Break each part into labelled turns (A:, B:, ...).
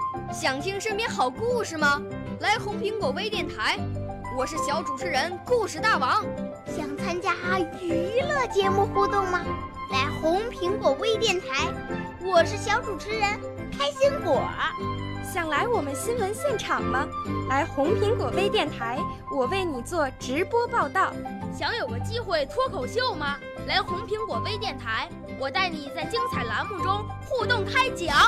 A: 想听身边好故事吗？来红苹果微电台，我是小主持人故事大王。
B: 想参加娱乐节目互动吗？来红苹果微电台，我是小主持人开心果。
C: 想来我们新闻现场吗？来红苹果微电台，我为你做直播报道。
D: 想有个机会脱口秀吗？来红苹果微电台，我带你在精彩栏目中互动开讲。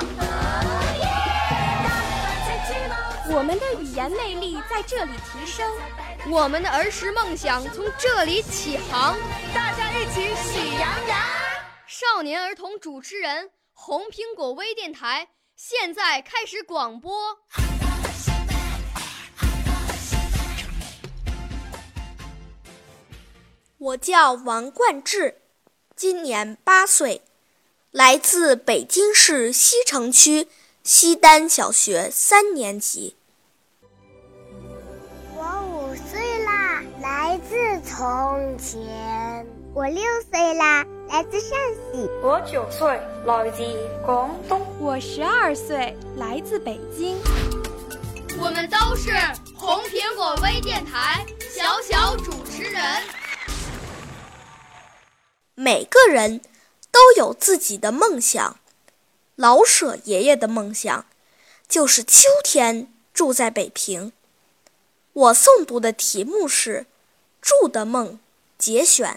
C: 我们的语言魅力在这里提升，
A: 我们的儿时梦想从这里起航，
E: 大家一起喜羊羊。
A: 少年儿童主持人，红苹果微电台现在开始广播。
F: 我叫王冠志，今年8岁，来自北京市西城区西单小学3年级。
B: 我5岁啦，来自从前。我6岁啦，来自陕西。
E: 我9岁，来自廣東。
C: 我12岁，来自北京。
A: 我们都是红苹果微电台小主持人。
F: 每个人都有自己的梦想。老舍爷爷的梦想就是秋天住在北平。我诵读的题目是《住的梦》节选。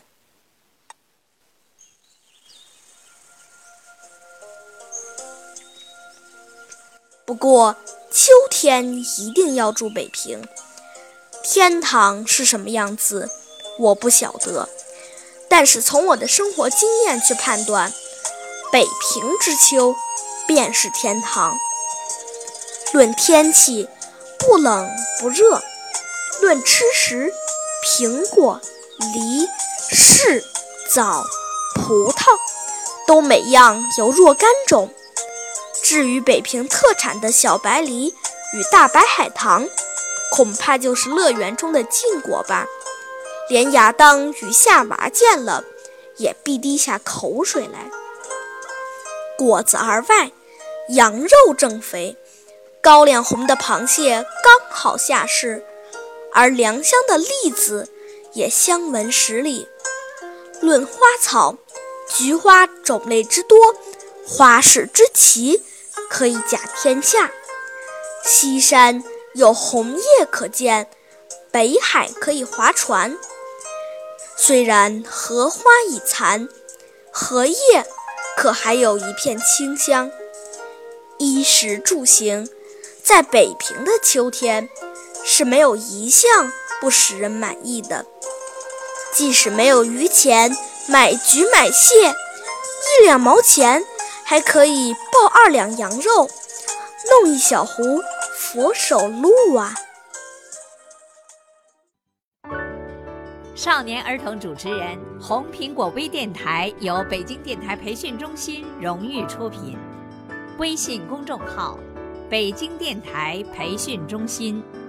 F: 不过秋天一定要住北平。天堂是什么样子我不晓得，但是从我的生活经验去判断，北平之秋便是天堂。论天气，不冷不热；论吃食，苹果、梨、柿、枣、葡萄都每样有若干种。至于北平特产的小白梨与大白海棠，恐怕就是乐园中的禁果吧。连亚当与夏娃见了，也必滴下口水来。果子而外，羊肉正肥，高粱红的螃蟹刚好下市，而良乡的栗子也香闻10里。论花草，菊花种类之多，花市之奇，可以甲天下。西山有红叶可见，北海可以划船。虽然荷花已残，荷叶可还有一片清香。衣食住行，在北平的秋天是没有一项不使人满意的。即使没有余钱买菊买蟹，1-2毛钱还可以抱2两羊肉，弄一小壶佛手鹿啊。
G: 少年儿童主持人，红苹果微电台由北京电台培训中心荣誉出品，微信公众号：北京电台培训中心。